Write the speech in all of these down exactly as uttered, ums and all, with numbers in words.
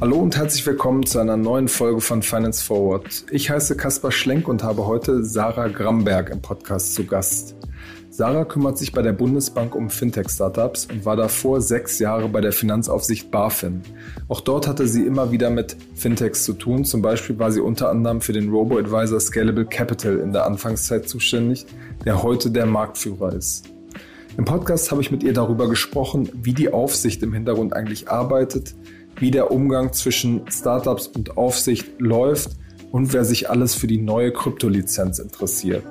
Hallo und herzlich willkommen zu einer neuen Folge von Finance Forward. Ich heiße Kaspar Schlenk und habe heute Sarah Gramberg im Podcast zu Gast. Sarah kümmert sich bei der Bundesbank um Fintech-Startups und war davor sechs Jahre bei der Finanzaufsicht BaFin. Auch dort hatte sie immer wieder mit Fintechs zu tun. Zum Beispiel war sie unter anderem für den Robo-Advisor Scalable Capital in der Anfangszeit zuständig, der heute der Marktführer ist. Im Podcast habe ich mit ihr darüber gesprochen, wie die Aufsicht im Hintergrund eigentlich arbeitet, wie der Umgang zwischen Startups und Aufsicht läuft und wer sich alles für die neue Kryptolizenz interessiert.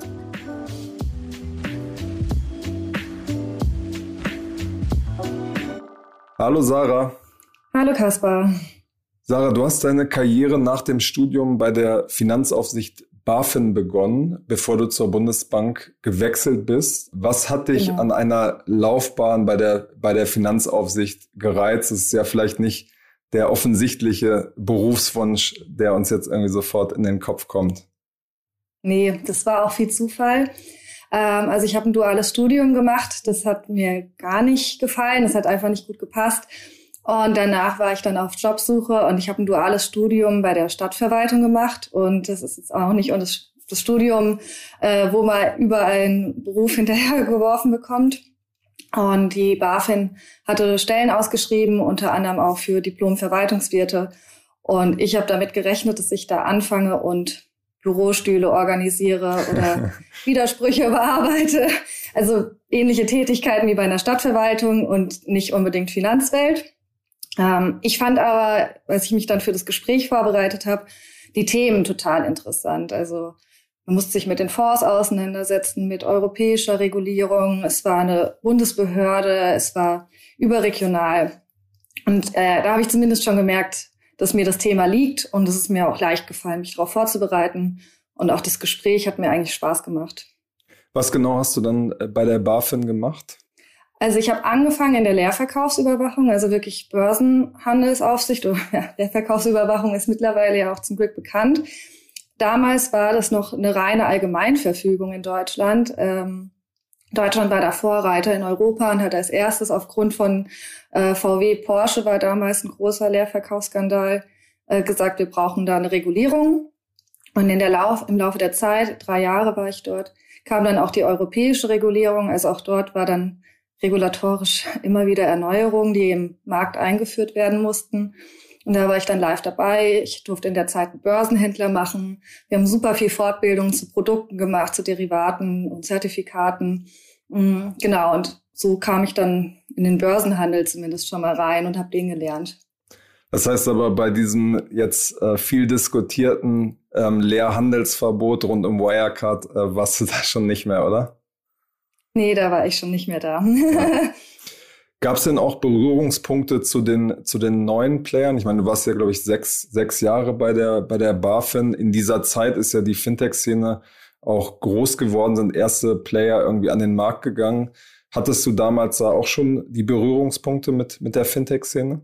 Hallo Sarah. Hallo Kaspar. Sarah, du hast deine Karriere nach dem Studium bei der Finanzaufsicht BaFin begonnen, bevor du zur Bundesbank gewechselt bist. Was hat dich genau. an einer Laufbahn bei der, bei der Finanzaufsicht gereizt? Das ist ja vielleicht nicht der offensichtliche Berufswunsch, der uns jetzt irgendwie sofort in den Kopf kommt. Nee, das war auch viel Zufall. Ähm, also ich habe ein duales Studium gemacht. Das hat mir gar nicht gefallen. Das hat einfach nicht gut gepasst. Und danach war ich dann auf Jobsuche und ich habe ein duales Studium bei der Stadtverwaltung gemacht. Und das ist jetzt auch nicht das, das Studium, äh, wo man überall einen Beruf hinterhergeworfen bekommt. Und die BaFin hatte Stellen ausgeschrieben, unter anderem auch für Diplom-Verwaltungswirte. Und ich habe damit gerechnet, dass ich da anfange und Bürostühle organisiere oder Widersprüche bearbeite. Also ähnliche Tätigkeiten wie bei einer Stadtverwaltung und nicht unbedingt Finanzwelt. Ähm, ich fand aber, als ich mich dann für das Gespräch vorbereitet habe, die Themen total interessant. Also man musste sich mit den Fonds auseinandersetzen, mit europäischer Regulierung. Es war eine Bundesbehörde, es war überregional. Und äh, da habe ich zumindest schon gemerkt, dass mir das Thema liegt und es ist mir auch leicht gefallen, mich darauf vorzubereiten. Und auch das Gespräch hat mir eigentlich Spaß gemacht. Was genau hast du dann bei der BaFin gemacht? Also ich habe angefangen in der Leerverkaufsüberwachung, also wirklich Börsenhandelsaufsicht. Oder ja, Leerverkaufsüberwachung ist mittlerweile ja auch zum Glück bekannt. Damals war das noch eine reine Allgemeinverfügung in Deutschland. Ähm, Deutschland war da Vorreiter in Europa und hat als erstes aufgrund von äh, V W, Porsche war damals ein großer Leerverkaufsskandal, äh, gesagt, wir brauchen da eine Regulierung. Und in der Lauf, im Laufe der Zeit, drei Jahre war ich dort, kam dann auch die europäische Regulierung. Also auch dort war dann regulatorisch immer wieder Erneuerungen, die im Markt eingeführt werden mussten. Und da war ich dann live dabei. Ich durfte in der Zeit einen Börsenhändler machen. Wir haben super viel Fortbildung zu Produkten gemacht, zu Derivaten und Zertifikaten. Genau, und so kam ich dann in den Börsenhandel zumindest schon mal rein und habe den gelernt. Das heißt aber, bei diesem jetzt äh, viel diskutierten ähm, Leerhandelsverbot rund um Wirecard äh, warst du da schon nicht mehr, oder? Nee, da war ich schon nicht mehr da. Ja. Gab es denn auch Berührungspunkte zu den zu den neuen Playern? Ich meine, du warst ja, glaube ich, sechs sechs Jahre bei der bei der BaFin. In dieser Zeit ist ja die Fintech-Szene auch groß geworden, sind erste Player irgendwie an den Markt gegangen. Hattest du damals da auch schon die Berührungspunkte mit mit der Fintech-Szene?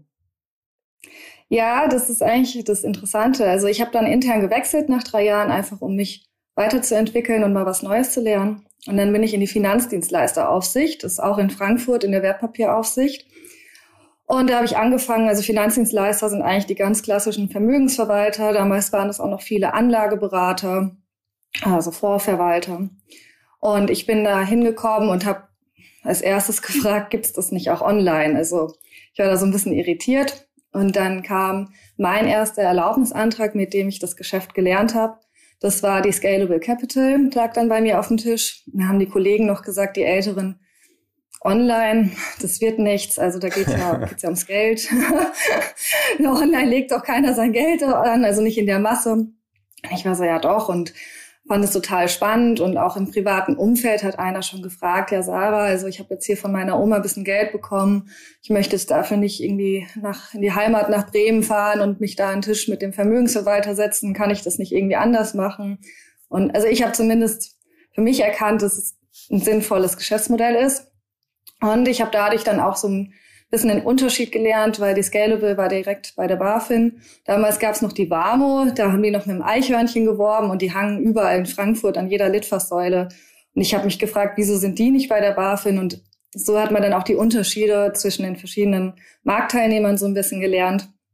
Ja, das ist eigentlich das Interessante. Also ich habe dann intern gewechselt nach drei Jahren, einfach um mich weiterzuentwickeln und mal was Neues zu lernen. Und dann bin ich in die Finanzdienstleisteraufsicht, das ist auch in Frankfurt in der Wertpapieraufsicht. Und da habe ich angefangen, also Finanzdienstleister sind eigentlich die ganz klassischen Vermögensverwalter. Damals waren es auch noch viele Anlageberater, also Fondsverwalter. Und ich bin da hingekommen und habe als erstes gefragt, gibt es das nicht auch online? Also ich war da so ein bisschen irritiert. Und dann kam mein erster Erlaubnisantrag, mit dem ich das Geschäft gelernt habe. Das war die Scalable Capital, lag dann bei mir auf dem Tisch. Da haben die Kollegen noch gesagt, die Älteren, online, das wird nichts. Also da geht's ja, geht's ja ums Geld. Online legt doch keiner sein Geld an, also nicht in der Masse. Ich war so, ja doch, und fand es total spannend. Und auch im privaten Umfeld hat einer schon gefragt, ja Sarah, also ich habe jetzt hier von meiner Oma ein bisschen Geld bekommen. Ich möchte jetzt dafür nicht irgendwie nach in die Heimat nach Bremen fahren und mich da an den Tisch mit dem Vermögensverwalter setzen. Kann ich das nicht irgendwie anders machen? Und also ich habe zumindest für mich erkannt, dass es ein sinnvolles Geschäftsmodell ist. Und ich habe dadurch dann auch so ein bisschen den Unterschied gelernt, weil die Scalable war direkt bei der BaFin. Damals gab es noch die Wamo, da haben die noch mit dem Eichhörnchen geworben und die hangen überall in Frankfurt an jeder Litfaßsäule. Und ich habe mich gefragt, wieso sind die nicht bei der BaFin? Und so hat man dann auch die Unterschiede zwischen den verschiedenen Marktteilnehmern so ein bisschen gelernt.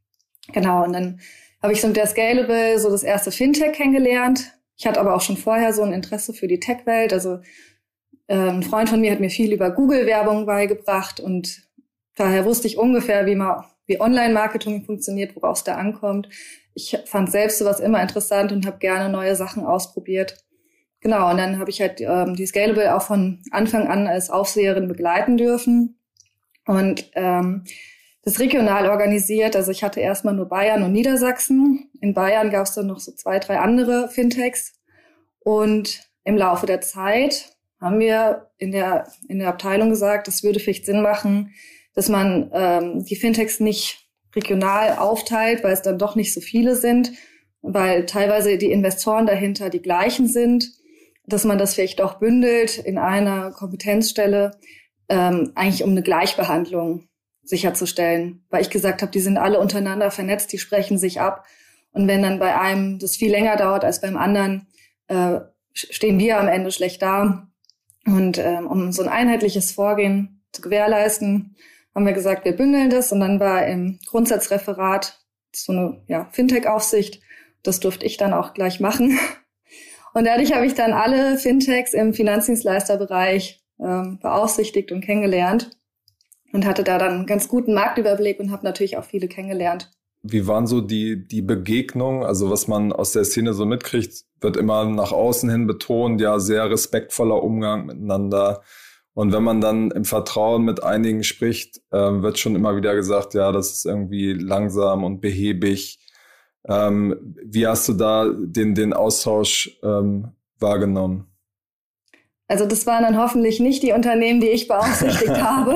Genau, und dann habe ich so mit der Scalable so das erste Fintech kennengelernt. Ich hatte aber auch schon vorher so ein Interesse für die Tech-Welt. Also äh, ein Freund von mir hat mir viel über Google-Werbung beigebracht und daher wusste ich ungefähr, wie man wie Online-Marketing funktioniert, worauf es da ankommt. Ich fand selbst sowas immer interessant und habe gerne neue Sachen ausprobiert. Genau, und dann habe ich halt ähm, die Scalable auch von Anfang an als Aufseherin begleiten dürfen und ähm, das regional organisiert. Also ich hatte erstmal nur Bayern und Niedersachsen. In Bayern gab es dann noch so zwei, drei andere Fintechs. Und im Laufe der Zeit haben wir in der in der Abteilung gesagt, es würde vielleicht Sinn machen, dass man ähm, die Fintechs nicht regional aufteilt, weil es dann doch nicht so viele sind, weil teilweise die Investoren dahinter die gleichen sind, dass man das vielleicht doch bündelt in einer Kompetenzstelle, ähm, eigentlich um eine Gleichbehandlung sicherzustellen. Weil ich gesagt habe, die sind alle untereinander vernetzt, die sprechen sich ab. Und wenn dann bei einem das viel länger dauert als beim anderen, äh, stehen wir am Ende schlecht da. Und ähm, um so ein einheitliches Vorgehen zu gewährleisten, haben wir gesagt, wir bündeln das. Und dann war im Grundsatzreferat so eine ja, Fintech-Aufsicht. Das durfte ich dann auch gleich machen. Und dadurch habe ich dann alle Fintechs im Finanzdienstleisterbereich ähm, beaufsichtigt und kennengelernt und hatte da dann einen ganz guten Marktüberblick und habe natürlich auch viele kennengelernt. Wie waren so die die Begegnungen? Also was man aus der Szene so mitkriegt, wird immer nach außen hin betont, ja, sehr respektvoller Umgang miteinander. Und wenn man dann im Vertrauen mit einigen spricht, äh, wird schon immer wieder gesagt, ja, das ist irgendwie langsam und behäbig. Ähm, wie hast du da den den Austausch ähm, wahrgenommen? Also das waren dann hoffentlich nicht die Unternehmen, die ich beaufsichtigt habe.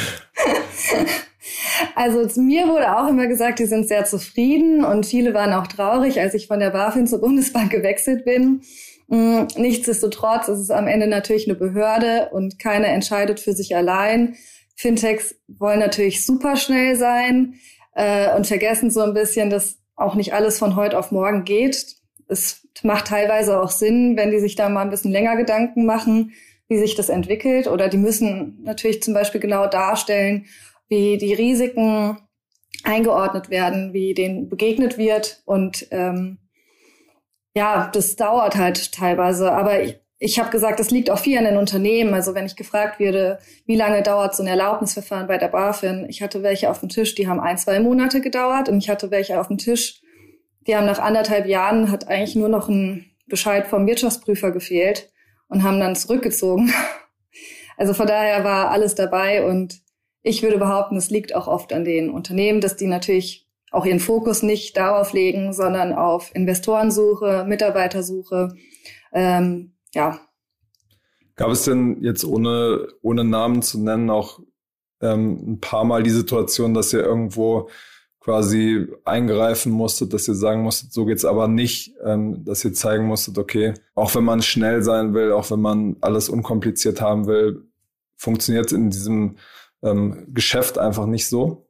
Also mir wurde auch immer gesagt, die sind sehr zufrieden und viele waren auch traurig, als ich von der BaFin zur Bundesbank gewechselt bin. Nichtsdestotrotz ist es am Ende natürlich eine Behörde und keiner entscheidet für sich allein. Fintechs wollen natürlich super schnell sein äh, und vergessen so ein bisschen, dass auch nicht alles von heute auf morgen geht. Es macht teilweise auch Sinn, wenn die sich da mal ein bisschen länger Gedanken machen, wie sich das entwickelt. Oder die müssen natürlich zum Beispiel genau darstellen, wie die Risiken eingeordnet werden, wie denen begegnet wird. Und ähm, ja, das dauert halt teilweise. Aber ich, ich habe gesagt, das liegt auch viel an den Unternehmen. Also wenn ich gefragt werde, wie lange dauert so ein Erlaubnisverfahren bei der BaFin? Ich hatte welche auf dem Tisch, die haben ein, zwei Monate gedauert. Und ich hatte welche auf dem Tisch, die haben nach anderthalb Jahren, hat eigentlich nur noch ein Bescheid vom Wirtschaftsprüfer gefehlt und haben dann zurückgezogen. Also von daher war alles dabei und ich würde behaupten, es liegt auch oft an den Unternehmen, dass die natürlich auch ihren Fokus nicht darauf legen, sondern auf Investorensuche, Mitarbeitersuche. Ähm, ja. Gab es denn jetzt ohne ohne Namen zu nennen auch ähm, ein paar Mal die Situation, dass ihr irgendwo quasi eingreifen musstet, dass ihr sagen musstet, so geht's aber nicht, ähm, dass ihr zeigen musstet, okay, auch wenn man schnell sein will, auch wenn man alles unkompliziert haben will, funktioniert es in diesem ähm, Geschäft einfach nicht so?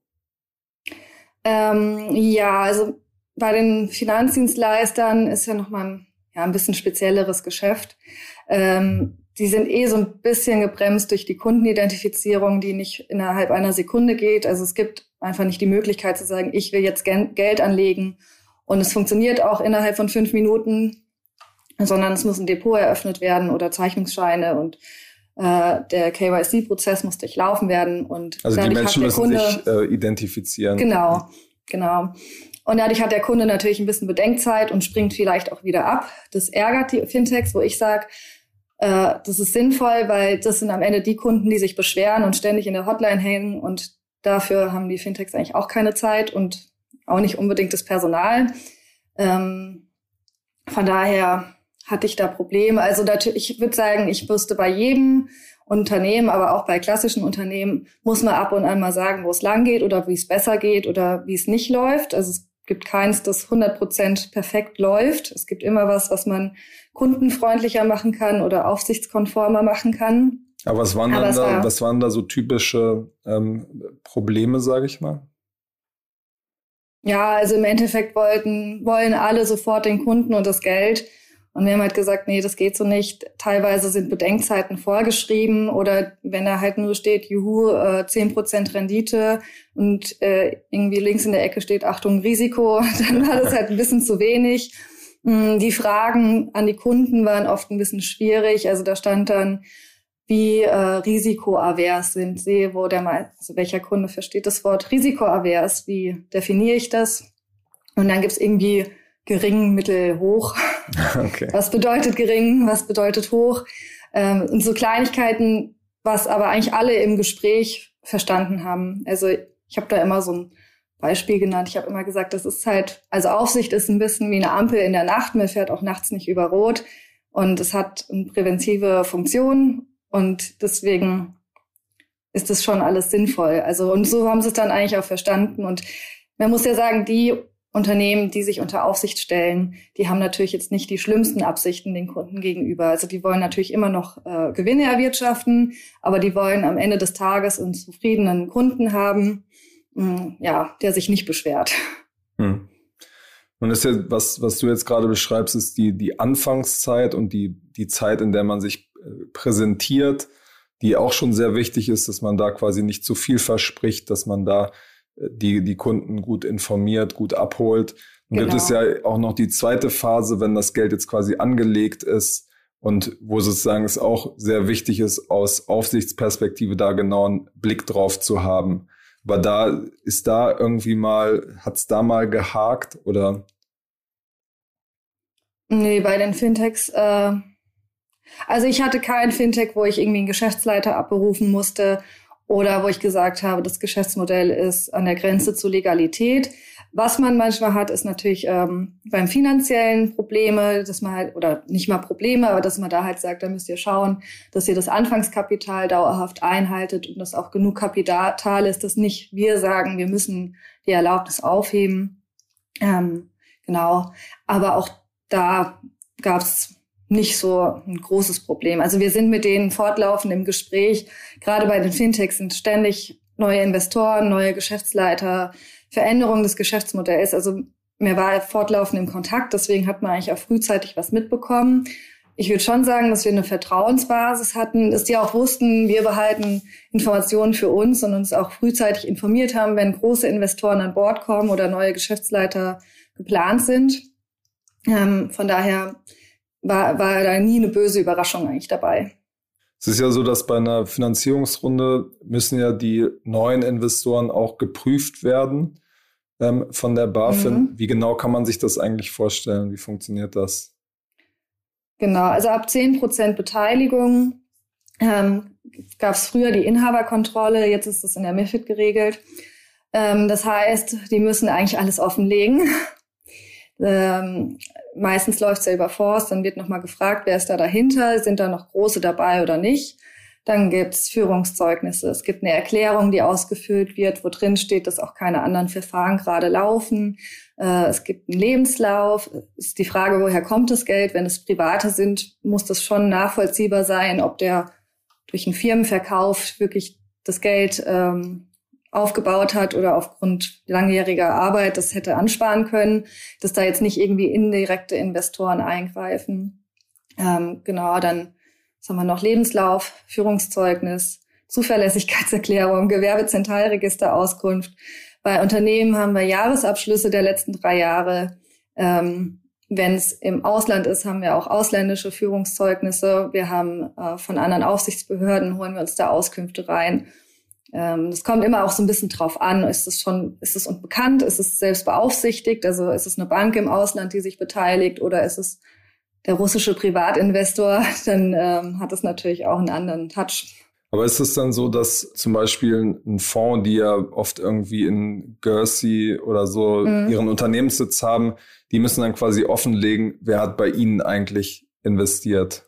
Ähm, ja, also bei den Finanzdienstleistern ist ja nochmal ein, ja, ein bisschen spezielleres Geschäft. Ähm, die sind eh so ein bisschen gebremst durch die Kundenidentifizierung, die nicht innerhalb einer Sekunde geht. Also es gibt einfach nicht die Möglichkeit zu sagen, ich will jetzt Geld anlegen und es funktioniert auch innerhalb von fünf Minuten, sondern es muss ein Depot eröffnet werden oder Zeichnungsscheine und äh, der K Y C-Prozess muss durchlaufen werden. Und also die Menschen müssen Kunde, sich äh, identifizieren. Genau, genau. Und dadurch hat der Kunde natürlich ein bisschen Bedenkzeit und springt vielleicht auch wieder ab. Das ärgert die Fintechs, wo ich sage, äh, das ist sinnvoll, weil das sind am Ende die Kunden, die sich beschweren und ständig in der Hotline hängen und dafür haben die Fintechs eigentlich auch keine Zeit und auch nicht unbedingt das Personal. Ähm, von daher hatte ich da Probleme. Also natürlich, ich würde sagen, ich wusste bei jedem Unternehmen, aber auch bei klassischen Unternehmen, muss man ab und an mal sagen, wo es lang geht oder wie es besser geht oder wie es nicht läuft. Also es gibt keins, das hundert Prozent perfekt läuft. Es gibt immer was, was man kundenfreundlicher machen kann oder aufsichtskonformer machen kann. Aber was waren, Aber dann da, war, was waren da so typische ähm, Probleme, sage ich mal? Ja, also im Endeffekt wollten wollen alle sofort den Kunden und das Geld. Und wir haben halt gesagt, nee, das geht so nicht. Teilweise sind Bedenkzeiten vorgeschrieben oder wenn da halt nur steht, juhu, äh, zehn Prozent Rendite und äh, irgendwie links in der Ecke steht, Achtung, Risiko, dann war das halt ein bisschen zu wenig. Die Fragen an die Kunden waren oft ein bisschen schwierig. Also da stand dann, wie äh, risikoavers sind sie, wo der mal, also welcher Kunde versteht das Wort risikoavers, wie definiere ich das? Und dann gibt's irgendwie gering, mittel, hoch. Okay. Was bedeutet gering, was bedeutet hoch? Ähm, und so Kleinigkeiten, was aber eigentlich alle im Gespräch verstanden haben. Also ich habe da immer so ein Beispiel genannt. Ich habe immer gesagt, das ist halt, also Aufsicht ist ein bisschen wie eine Ampel in der Nacht. Man fährt auch nachts nicht über Rot. Und es hat eine präventive Funktion. Und deswegen ist das schon alles sinnvoll. Also, und so haben sie es dann eigentlich auch verstanden. Und man muss ja sagen, die Unternehmen, die sich unter Aufsicht stellen, die haben natürlich jetzt nicht die schlimmsten Absichten den Kunden gegenüber. Also die wollen natürlich immer noch äh, Gewinne erwirtschaften, aber die wollen am Ende des Tages einen zufriedenen Kunden haben, mh, ja, der sich nicht beschwert. Hm. Und das ist ja, was, was du jetzt gerade beschreibst, ist die, die Anfangszeit und die, die Zeit, in der man sich äh, präsentiert, die auch schon sehr wichtig ist, dass man da quasi nicht zu viel verspricht, dass man da die die Kunden gut informiert, gut abholt. Dann genau. Gibt es ja auch noch die zweite Phase, wenn das Geld jetzt quasi angelegt ist und wo sozusagen es auch sehr wichtig ist, aus Aufsichtsperspektive da genau einen Blick drauf zu haben. Aber da ist da irgendwie mal, hat es da mal gehakt oder? Nee, bei den Fintechs, äh, also ich hatte kein Fintech, wo ich irgendwie einen Geschäftsleiter abberufen musste oder wo ich gesagt habe, das Geschäftsmodell ist an der Grenze zur Legalität. Was man manchmal hat, ist natürlich ähm, beim finanziellen Probleme, dass man halt, oder nicht mal Probleme, aber dass man da halt sagt, da müsst ihr schauen, dass ihr das Anfangskapital dauerhaft einhaltet und dass auch genug Kapital ist, dass nicht wir sagen, wir müssen die Erlaubnis aufheben. Ähm, genau, aber auch da gab es nicht so ein großes Problem. Also wir sind mit denen fortlaufend im Gespräch. Gerade bei den Fintechs sind ständig neue Investoren, neue Geschäftsleiter, Veränderung des Geschäftsmodells. Also mir war fortlaufend im Kontakt, deswegen hat man eigentlich auch frühzeitig was mitbekommen. Ich würde schon sagen, dass wir eine Vertrauensbasis hatten, dass die auch wussten, wir behalten Informationen für uns und uns auch frühzeitig informiert haben, wenn große Investoren an Bord kommen oder neue Geschäftsleiter geplant sind. Ähm, von daher war, war da nie eine böse Überraschung eigentlich dabei. Es ist ja so, dass bei einer Finanzierungsrunde müssen ja die neuen Investoren auch geprüft werden ähm, von der BaFin. Mhm. Wie genau kann man sich das eigentlich vorstellen? Wie funktioniert das? Genau, also ab zehn Prozent Beteiligung ähm, gab es früher die Inhaberkontrolle, jetzt ist das in der MiFID geregelt. Ähm, das heißt, die müssen eigentlich alles offenlegen. Ähm, meistens läuft es ja über Fonds, dann wird nochmal gefragt, wer ist da dahinter, sind da noch Große dabei oder nicht. Dann gibt's Führungszeugnisse, es gibt eine Erklärung, die ausgefüllt wird, wo drin steht, dass auch keine anderen Verfahren gerade laufen. Äh, es gibt einen Lebenslauf. Es ist die Frage, woher kommt das Geld? Wenn es Private sind, muss das schon nachvollziehbar sein, ob der durch einen Firmenverkauf wirklich das Geld ähm, aufgebaut hat oder aufgrund langjähriger Arbeit das hätte ansparen können, dass da jetzt nicht irgendwie indirekte Investoren eingreifen. Ähm, genau, dann was haben wir noch? Lebenslauf, Führungszeugnis, Zuverlässigkeitserklärung, Gewerbezentralregisterauskunft. Bei Unternehmen haben wir Jahresabschlüsse der letzten drei Jahre. Ähm, Wenn es im Ausland ist, haben wir auch ausländische Führungszeugnisse. Wir haben äh, von anderen Aufsichtsbehörden, holen wir uns da Auskünfte rein. Das kommt immer auch so ein bisschen drauf an. Ist es schon, ist es uns bekannt? Ist es selbst beaufsichtigt? Also ist es eine Bank im Ausland, die sich beteiligt? Oder ist es der russische Privatinvestor? Dann ähm, hat es natürlich auch einen anderen Touch. Aber ist es dann so, dass zum Beispiel ein Fonds, die ja oft irgendwie in Jersey oder so mhm. ihren Unternehmenssitz haben, die müssen dann quasi offenlegen, wer hat bei ihnen eigentlich investiert?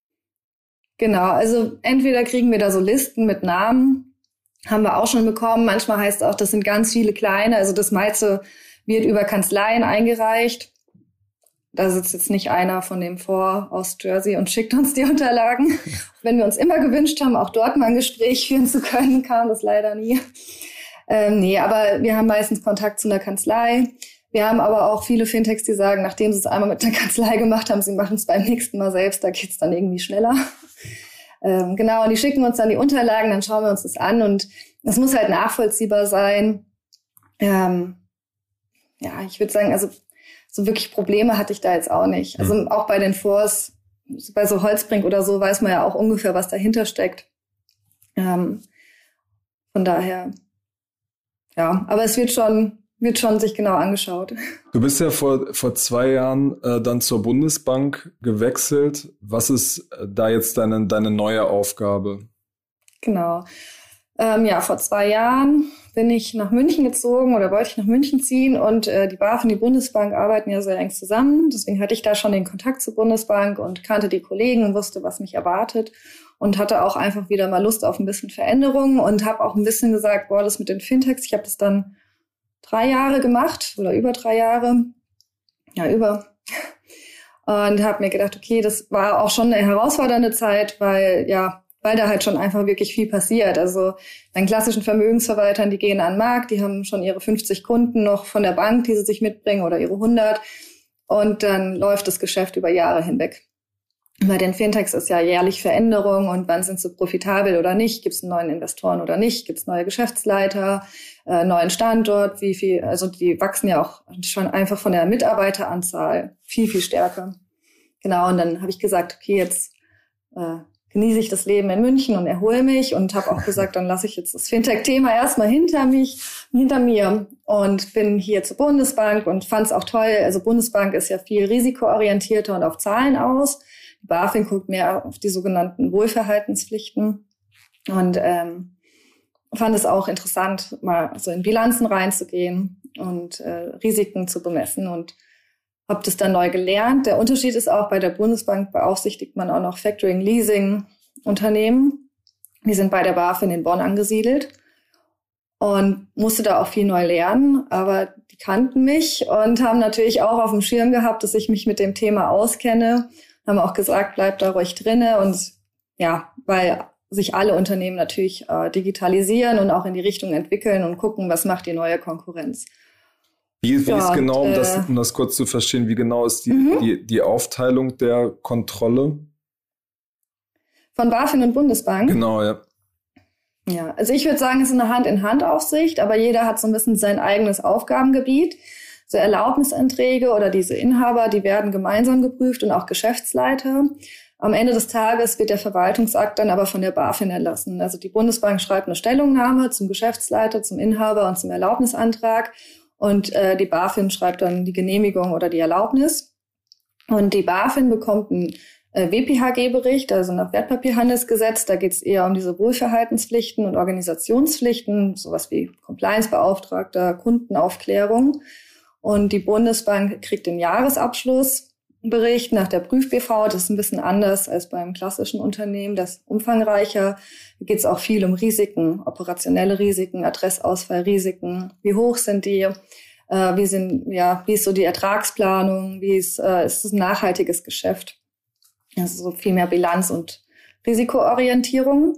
Genau, also entweder kriegen wir da so Listen mit Namen, haben wir auch schon bekommen. Manchmal heißt es auch, das sind ganz viele kleine. Also das meiste wird über Kanzleien eingereicht. Da sitzt jetzt nicht einer von dem Fonds aus Jersey und schickt uns die Unterlagen. Wenn wir uns immer gewünscht haben, auch dort mal ein Gespräch führen zu können, kam das leider nie. Ähm, nee, aber wir haben meistens Kontakt zu einer Kanzlei. Wir haben aber auch viele Fintechs, die sagen, nachdem sie es einmal mit der Kanzlei gemacht haben, sie machen es beim nächsten Mal selbst, da geht's dann irgendwie schneller. ähm, genau, und die schicken uns dann die Unterlagen, dann schauen wir uns das an und das muss halt nachvollziehbar sein. Ähm, ja, ich würde sagen, also so wirklich Probleme hatte ich da jetzt auch nicht. Also mhm. auch bei den Fonds, bei so Holzbrink oder so, weiß man ja auch ungefähr, was dahinter steckt. Ähm, von daher, ja, aber es wird schon, wird schon sich genau angeschaut. Du bist ja vor, vor zwei Jahren äh, dann zur Bundesbank gewechselt. Was ist da jetzt deine, deine neue Aufgabe? Genau. Ähm, ja, vor zwei Jahren bin ich nach München gezogen oder wollte ich nach München ziehen und äh, die BaFin und die Bundesbank arbeiten ja sehr eng zusammen. Deswegen hatte ich da schon den Kontakt zur Bundesbank und kannte die Kollegen und wusste, was mich erwartet und hatte auch einfach wieder mal Lust auf ein bisschen Veränderung und habe auch ein bisschen gesagt, boah, das mit den Fintechs, ich habe das dann drei Jahre gemacht oder über drei Jahre, ja über und habe mir gedacht, okay, das war auch schon eine herausfordernde Zeit, weil ja weil da halt schon einfach wirklich viel passiert. Also bei klassischen Vermögensverwaltern, die gehen an den Markt, die haben schon ihre fünfzig Kunden noch von der Bank, die sie sich mitbringen oder ihre hundert und dann läuft das Geschäft über Jahre hinweg. Bei den Fintechs ist ja jährlich Veränderung und wann sind sie profitabel oder nicht, gibt es einen neuen Investoren oder nicht, gibt es neue Geschäftsleiter, äh, neuen Standort, wie viel, also die wachsen ja auch schon einfach von der Mitarbeiteranzahl viel, viel stärker. Genau, und dann habe ich gesagt, okay, jetzt äh, genieße ich das Leben in München und erhole mich und habe auch gesagt, dann lasse ich jetzt das Fintech-Thema erstmal hinter mich, hinter mir und bin hier zur Bundesbank und fand es auch toll. Also Bundesbank ist ja viel risikoorientierter und auf Zahlen aus. Die BaFin guckt mehr auf die sogenannten Wohlverhaltenspflichten und ähm, fand es auch interessant, mal so in Bilanzen reinzugehen und äh, Risiken zu bemessen und habe das dann neu gelernt. Der Unterschied ist auch, bei der Bundesbank beaufsichtigt man auch noch Factoring-Leasing-Unternehmen. Die sind bei der BaFin in Bonn angesiedelt und musste da auch viel neu lernen. Aber die kannten mich und haben natürlich auch auf dem Schirm gehabt, dass ich mich mit dem Thema auskenne. Haben auch gesagt, bleib da ruhig drinne. Und ja, weil sich alle Unternehmen natürlich äh, digitalisieren und auch in die Richtung entwickeln und gucken, was macht die neue Konkurrenz. Wie, wie ja, ist genau, um, äh, das, um das kurz zu verstehen, wie genau ist die, mhm. die, die Aufteilung der Kontrolle? Von BaFin und Bundesbank? Genau, ja. Ja, also ich würde sagen, es ist eine Hand-in-Hand-Aufsicht, aber jeder hat so ein bisschen sein eigenes Aufgabengebiet. So Erlaubnisanträge oder diese Inhaber, die werden gemeinsam geprüft und auch Geschäftsleiter. Am Ende des Tages wird der Verwaltungsakt dann aber von der BaFin erlassen. Also die Bundesbank schreibt eine Stellungnahme zum Geschäftsleiter, zum Inhaber und zum Erlaubnisantrag. Und äh, die BaFin schreibt dann die Genehmigung oder die Erlaubnis. Und die BaFin bekommt einen äh, W P H G-Bericht, also nach Wertpapierhandelsgesetz. Da geht es eher um diese Wohlverhaltenspflichten und Organisationspflichten, sowas wie Compliance-Beauftragter, Kundenaufklärung. Und die Bundesbank kriegt den Jahresabschlussbericht nach der Prüf-B V. Das ist ein bisschen anders als beim klassischen Unternehmen, das ist umfangreicher. Da geht es auch viel um Risiken, operationelle Risiken, Adressausfallrisiken. Wie hoch sind die? Äh, wie sind, ja, wie ist so die Ertragsplanung? Wie ist, äh, ist es ein nachhaltiges Geschäft? Also so viel mehr Bilanz und Risikoorientierung.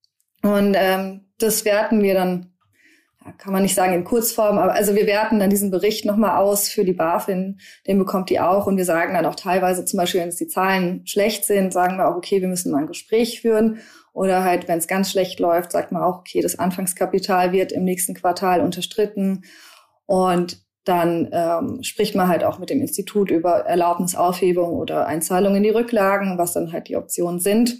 Und ähm, das werten wir dann, ja, kann man nicht sagen in Kurzform, aber also wir werten dann diesen Bericht nochmal aus für die BaFin, den bekommt die auch und wir sagen dann auch teilweise zum Beispiel, wenn es die Zahlen schlecht sind, sagen wir auch, okay, wir müssen mal ein Gespräch führen oder halt, wenn es ganz schlecht läuft, sagt man auch, okay, das Anfangskapital wird im nächsten Quartal unterstritten und dann ähm, spricht man halt auch mit dem Institut über Erlaubnisaufhebung oder Einzahlung in die Rücklagen, was dann halt die Optionen sind.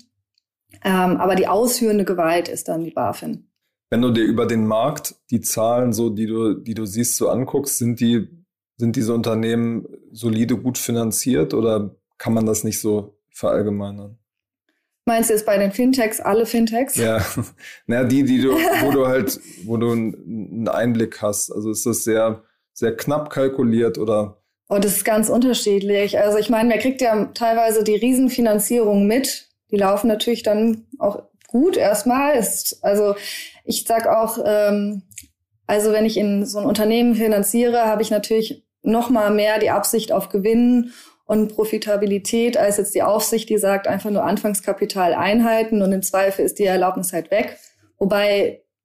Ähm, aber die ausführende Gewalt ist dann die BaFin. Wenn du dir über den Markt die Zahlen, so die du, die du siehst, so anguckst, sind die, sind diese Unternehmen solide gut finanziert oder kann man das nicht so verallgemeinern? Meinst du jetzt bei den Fintechs, alle Fintechs? Ja, naja, die, die du, wo du halt, wo du einen Einblick hast. Also ist das sehr, sehr knapp kalkuliert oder? Oh, das ist ganz unterschiedlich. Also ich meine, man kriegt ja teilweise die Riesenfinanzierung mit. Die laufen natürlich dann auch gut erstmal. Ist, also ich sag auch, ähm, also wenn ich in so ein Unternehmen finanziere, habe ich natürlich noch mal mehr die Absicht auf Gewinn und Profitabilität als jetzt die Aufsicht, die sagt einfach nur Anfangskapital einhalten und im Zweifel ist die Erlaubnis halt weg. Wobei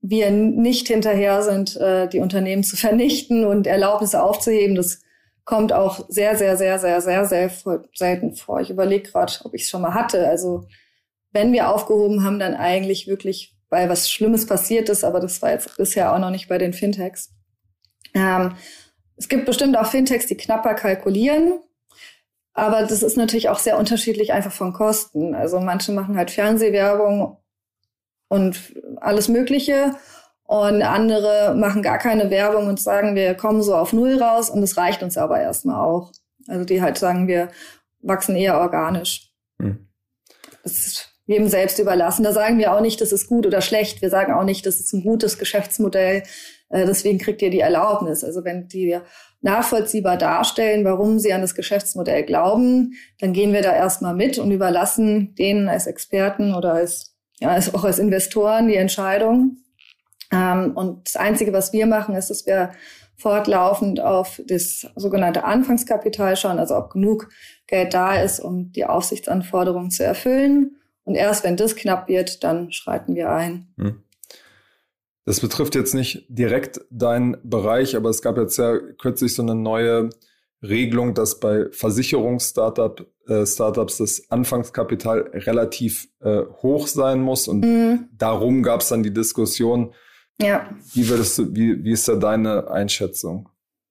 wir nicht hinterher sind, äh, die Unternehmen zu vernichten und Erlaubnisse aufzuheben. Das kommt auch sehr, sehr, sehr, sehr, sehr, sehr selten vor. Ich überlege gerade, ob ich es schon mal hatte. Also wenn wir aufgehoben haben, dann eigentlich wirklich, weil was Schlimmes passiert ist, aber das war jetzt bisher auch noch nicht bei den Fintechs. Ähm, es gibt bestimmt auch Fintechs, die knapper kalkulieren, aber das ist natürlich auch sehr unterschiedlich einfach von Kosten. Also manche machen halt Fernsehwerbung und alles Mögliche und andere machen gar keine Werbung und sagen, wir kommen so auf Null raus und das reicht uns aber erstmal auch. Also die halt sagen, wir wachsen eher organisch. Hm. Das ist jedem selbst überlassen. Da sagen wir auch nicht, das ist gut oder schlecht. Wir sagen auch nicht, das ist ein gutes Geschäftsmodell. Äh, deswegen kriegt ihr die Erlaubnis. Also wenn die nachvollziehbar darstellen, warum sie an das Geschäftsmodell glauben, dann gehen wir da erstmal mit und überlassen denen als Experten oder als, ja, als auch als Investoren die Entscheidung. Ähm, und das Einzige, was wir machen, ist, dass wir fortlaufend auf das sogenannte Anfangskapital schauen, also ob genug Geld da ist, um die Aufsichtsanforderungen zu erfüllen. Und erst wenn das knapp wird, dann schreiten wir ein. Das betrifft jetzt nicht direkt deinen Bereich, aber es gab jetzt ja kürzlich so eine neue Regelung, dass bei Versicherungs-Startup, äh, Startups das Anfangskapital relativ äh, hoch sein muss. Und mhm. darum gab es dann die Diskussion. Ja. Wie würdest du, wie, wie ist da deine Einschätzung?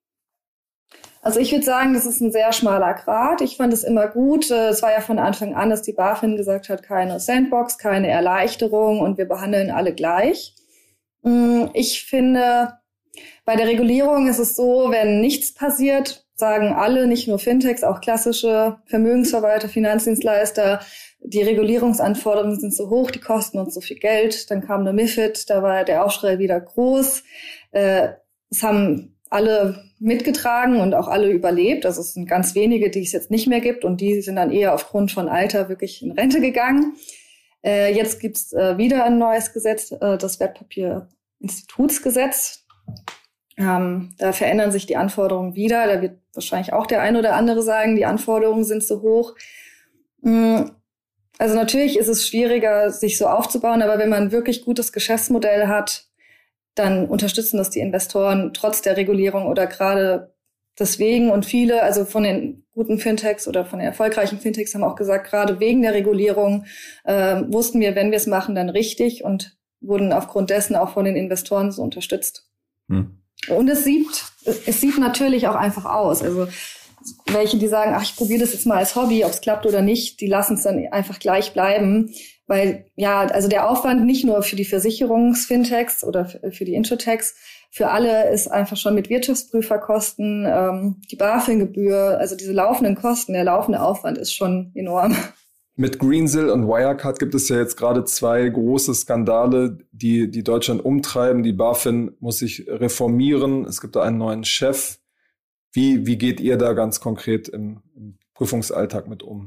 Also ich würde sagen, das ist ein sehr schmaler Grat. Ich fand es immer gut. Es war ja von Anfang an, dass die BaFin gesagt hat, keine Sandbox, keine Erleichterung und wir behandeln alle gleich. Ich finde, bei der Regulierung ist es so, wenn nichts passiert, sagen alle, nicht nur Fintechs, auch klassische Vermögensverwalter, Finanzdienstleister, die Regulierungsanforderungen sind so hoch, die kosten uns so viel Geld. Dann kam eine MiFID, da war der Aufschrei wieder groß. Es haben alle mitgetragen und auch alle überlebt. Also es sind ganz wenige, die es jetzt nicht mehr gibt und die sind dann eher aufgrund von Alter wirklich in Rente gegangen. Äh, jetzt gibt's äh, wieder ein neues Gesetz, äh, das Wertpapierinstitutsgesetz. Ähm, da verändern sich die Anforderungen wieder. Da wird wahrscheinlich auch der ein oder andere sagen, die Anforderungen sind zu hoch. Mhm. Also natürlich ist es schwieriger, sich so aufzubauen, aber wenn man ein wirklich gutes Geschäftsmodell hat, dann unterstützen das die Investoren trotz der Regulierung oder gerade deswegen. Und viele, also von den guten Fintechs oder von den erfolgreichen Fintechs haben auch gesagt, gerade wegen der Regulierung äh, wussten wir, wenn wir es machen, dann richtig und wurden aufgrund dessen auch von den Investoren so unterstützt. Hm. Und es sieht, es sieht natürlich auch einfach aus. Also welche, die sagen, ach, ich probiere das jetzt mal als Hobby, ob es klappt oder nicht, die lassen es dann einfach gleich bleiben. Weil, ja, also der Aufwand nicht nur für die Versicherungs-Fintechs oder für die Insurtechs, für alle ist einfach schon mit Wirtschaftsprüferkosten, ähm, die BaFin-Gebühr, also diese laufenden Kosten, der laufende Aufwand ist schon enorm. Mit Greensill und Wirecard gibt es ja jetzt gerade zwei große Skandale, die, die Deutschland umtreiben. Die BaFin muss sich reformieren. Es gibt da einen neuen Chef. Wie, wie geht ihr da ganz konkret im, im Prüfungsalltag mit um?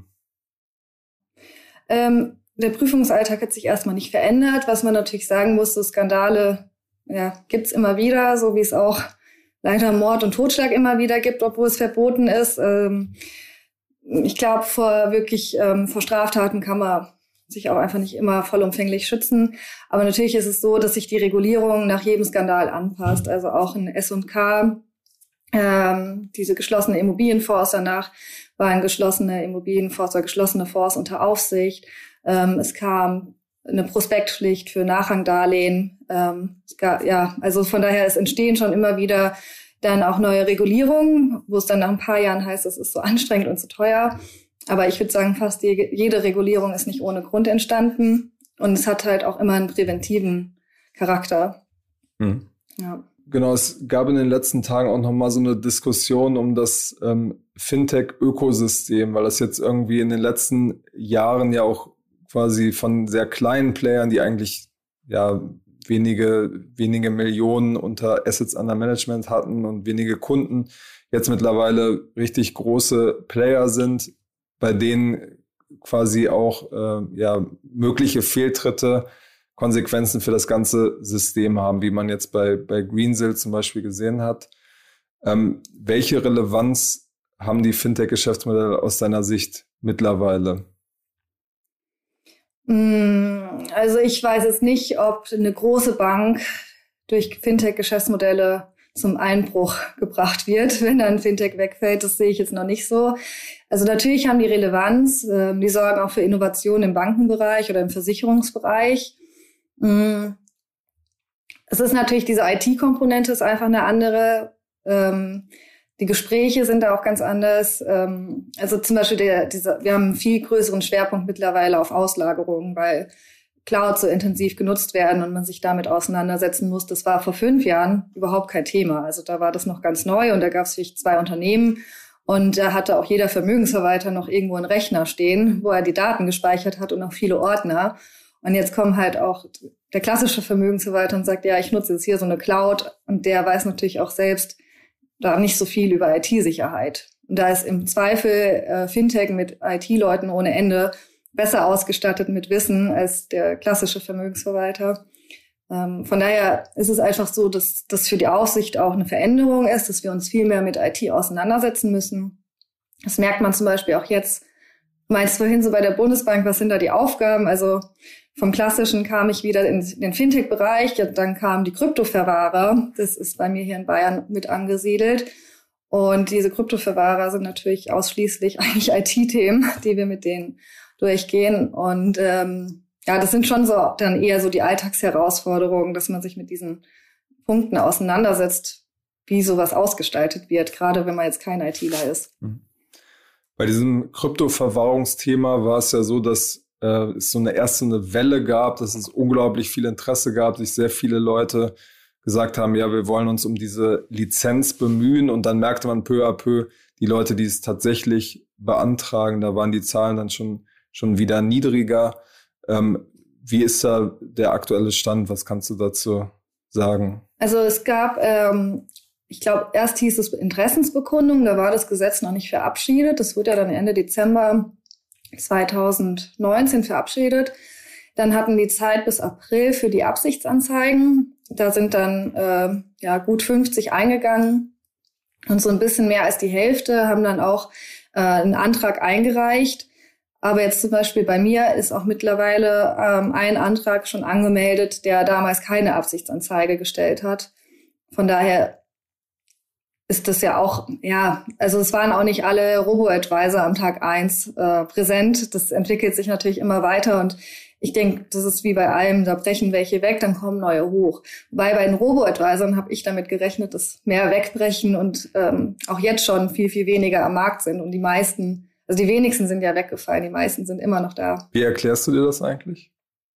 Ähm, Der Prüfungsalltag hat sich erstmal nicht verändert. Was man natürlich sagen muss, so Skandale ja, gibt's immer wieder, so wie es auch leider Mord und Totschlag immer wieder gibt, obwohl es verboten ist. Ähm, ich glaube, vor wirklich ähm, vor Straftaten kann man sich auch einfach nicht immer vollumfänglich schützen. Aber natürlich ist es so, dass sich die Regulierung nach jedem Skandal anpasst. Also auch in S und K, ähm, diese geschlossene Immobilienfonds, danach waren geschlossene Immobilienfonds oder geschlossene Fonds unter Aufsicht. Ähm, es kam eine Prospektpflicht für Nachrangdarlehen. Ähm, es gab, ja, also von daher, es entstehen schon immer wieder dann auch neue Regulierungen, wo es dann nach ein paar Jahren heißt, es ist so anstrengend und so teuer. Aber ich würde sagen, fast die, jede Regulierung ist nicht ohne Grund entstanden. Und es hat halt auch immer einen präventiven Charakter. Hm. Ja. Genau, es gab in den letzten Tagen auch nochmal so eine Diskussion um das ähm, Fintech-Ökosystem, weil das jetzt irgendwie in den letzten Jahren ja auch quasi von sehr kleinen Playern, die eigentlich ja wenige wenige Millionen unter Assets under Management hatten und wenige Kunden, jetzt mittlerweile richtig große Player sind, bei denen quasi auch äh, ja mögliche Fehltritte Konsequenzen für das ganze System haben, wie man jetzt bei bei Greensill zum Beispiel gesehen hat. Ähm, welche Relevanz haben die Fintech-Geschäftsmodelle aus deiner Sicht mittlerweile? Also ich weiß jetzt nicht, ob eine große Bank durch Fintech-Geschäftsmodelle zum Einbruch gebracht wird, wenn dann Fintech wegfällt. Das sehe ich jetzt noch nicht so. Also natürlich haben die Relevanz. Die sorgen auch für Innovation im Bankenbereich oder im Versicherungsbereich. Es ist natürlich, diese I T-Komponente ist einfach eine andere. Die Gespräche sind da auch ganz anders. Also zum Beispiel, der, dieser, wir haben einen viel größeren Schwerpunkt mittlerweile auf Auslagerungen, weil Cloud so intensiv genutzt werden und man sich damit auseinandersetzen muss. Das war vor fünf Jahren überhaupt kein Thema. Also da war das noch ganz neu und da gab es vielleicht zwei Unternehmen und da hatte auch jeder Vermögensverwalter noch irgendwo einen Rechner stehen, wo er die Daten gespeichert hat und auch viele Ordner. Und jetzt kommt halt auch der klassische Vermögensverwalter und sagt, ja, ich nutze jetzt hier so eine Cloud und der weiß natürlich auch selbst da nicht so viel über I T-Sicherheit. Und da ist im Zweifel äh, Fintech mit I T-Leuten ohne Ende besser ausgestattet mit Wissen als der klassische Vermögensverwalter. Ähm, von daher ist es einfach so, dass das für die Aufsicht auch eine Veränderung ist, dass wir uns viel mehr mit I T auseinandersetzen müssen. Das merkt man zum Beispiel auch jetzt. Du meinst vorhin so bei der Bundesbank, was sind da die Aufgaben? Also vom Klassischen kam ich wieder in den Fintech-Bereich, dann kamen die Kryptoverwahrer. Das ist bei mir hier in Bayern mit angesiedelt. Und diese Kryptoverwahrer sind natürlich ausschließlich eigentlich I T-Themen, die wir mit denen durchgehen. Und ähm, ja, das sind schon so dann eher so die Alltagsherausforderungen, dass man sich mit diesen Punkten auseinandersetzt, wie sowas ausgestaltet wird, gerade wenn man jetzt kein ITler ist. Bei diesem Kryptoverwahrungsthema war es ja so, dass äh, es so eine erste eine Welle gab, dass es unglaublich viel Interesse gab, sich sehr viele Leute gesagt haben, ja, wir wollen uns um diese Lizenz bemühen. Und dann merkte man peu à peu, die Leute, die es tatsächlich beantragen, da waren die Zahlen dann schon schon wieder niedriger. Ähm, wie ist da der aktuelle Stand? Was kannst du dazu sagen? Also es gab, ähm, ich glaube, erst hieß es Interessensbekundung, da war das Gesetz noch nicht verabschiedet. Das wurde ja dann Ende Dezember zweitausendneunzehn verabschiedet. Dann hatten die Zeit bis April für die Absichtsanzeigen. Da sind dann äh, ja gut fünfzig eingegangen und so ein bisschen mehr als die Hälfte haben dann auch äh, einen Antrag eingereicht. Aber jetzt zum Beispiel bei mir ist auch mittlerweile ähm, ein Antrag schon angemeldet, der damals keine Absichtsanzeige gestellt hat. Von daher ist das ja auch, ja, also es waren auch nicht alle Robo-Advisor am Tag eins äh, präsent. Das entwickelt sich natürlich immer weiter und ich denke, das ist wie bei allem, da brechen welche weg, dann kommen neue hoch. Wobei bei den Robo-Advisern habe ich damit gerechnet, dass mehr wegbrechen und ähm, auch jetzt schon viel, viel weniger am Markt sind und die meisten, also die wenigsten sind ja weggefallen, die meisten sind immer noch da. Wie erklärst du dir das eigentlich?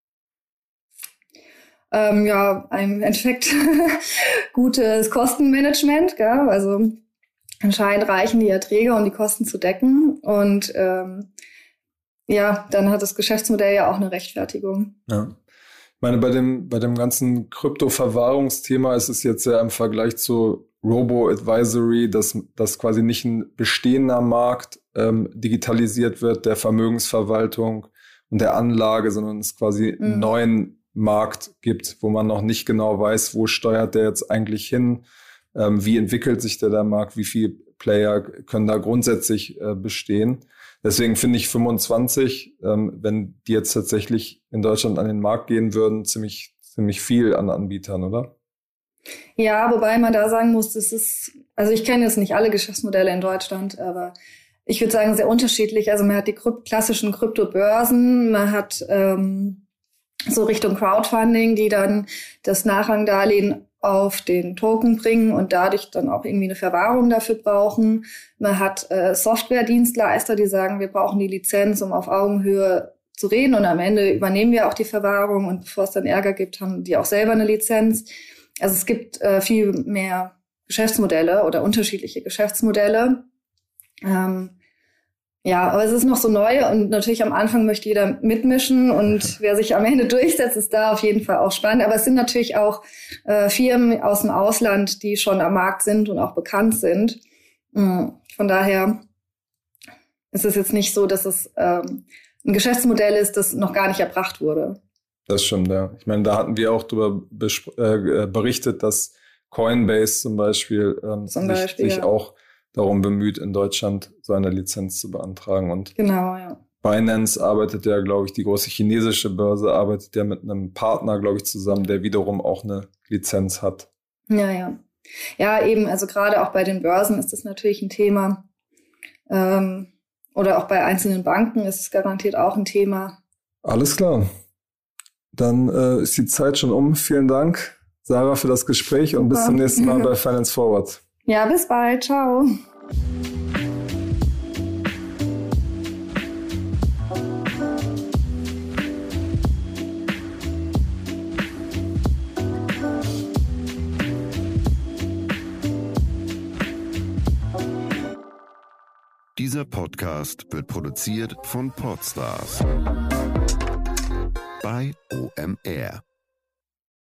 Ähm, ja, im Endeffekt gutes Kostenmanagement, gell? Also anscheinend reichen die Erträge, um die Kosten zu decken. Und ähm, ja, dann hat das Geschäftsmodell ja auch eine Rechtfertigung. Ja. Ich meine, bei dem, bei dem ganzen Kryptoverwahrungsthema ist es jetzt ja im Vergleich zu Robo-Advisory, dass, dass quasi nicht ein bestehender Markt ähm, digitalisiert wird, der Vermögensverwaltung und der Anlage, sondern es quasi mhm. einen neuen Markt gibt, wo man noch nicht genau weiß, wo steuert der jetzt eigentlich hin, ähm, wie entwickelt sich der, der Markt, wie viele Player können da grundsätzlich äh, bestehen. Deswegen finde ich fünfundzwanzig, ähm, wenn die jetzt tatsächlich in Deutschland an den Markt gehen würden, ziemlich, ziemlich viel an Anbietern, oder? Ja, wobei man da sagen muss, das ist, also ich kenne jetzt nicht alle Geschäftsmodelle in Deutschland, aber ich würde sagen, sehr unterschiedlich. Also man hat die krypt- klassischen Kryptobörsen, man hat ähm, so Richtung Crowdfunding, die dann das Nachrangdarlehen auf den Token bringen und dadurch dann auch irgendwie eine Verwahrung dafür brauchen. Man hat äh, Software-Dienstleister, die sagen, wir brauchen die Lizenz, um auf Augenhöhe zu reden und am Ende übernehmen wir auch die Verwahrung und bevor es dann Ärger gibt, haben die auch selber eine Lizenz. Also es gibt äh, viel mehr Geschäftsmodelle oder unterschiedliche Geschäftsmodelle. Ähm, Ja, aber es ist noch so neu und natürlich am Anfang möchte jeder mitmischen und wer sich am Ende durchsetzt, ist da auf jeden Fall auch spannend. Aber es sind natürlich auch äh, Firmen aus dem Ausland, die schon am Markt sind und auch bekannt sind. Mhm. Von daher ist es jetzt nicht so, dass es ähm, ein Geschäftsmodell ist, das noch gar nicht erbracht wurde. Das stimmt, ja. Ich meine, da hatten wir auch darüber besp- äh, berichtet, dass Coinbase zum Beispiel, ähm, zum sich, Beispiel sich ja. auch darum bemüht, in Deutschland so eine Lizenz zu beantragen. Und genau, ja. Binance arbeitet ja, glaube ich, die große chinesische Börse arbeitet ja mit einem Partner, glaube ich, zusammen, der wiederum auch eine Lizenz hat. Ja, ja. Ja, eben, also gerade auch bei den Börsen ist das natürlich ein Thema. Ähm, oder auch bei einzelnen Banken ist es garantiert auch ein Thema. Alles klar. Dann äh, ist die Zeit schon um. Vielen Dank, Sarah, für das Gespräch und bis zum nächsten Mal bei Finance Forward. Ja, bis bald. Ciao. Dieser Podcast wird produziert von Podstars bei O M R.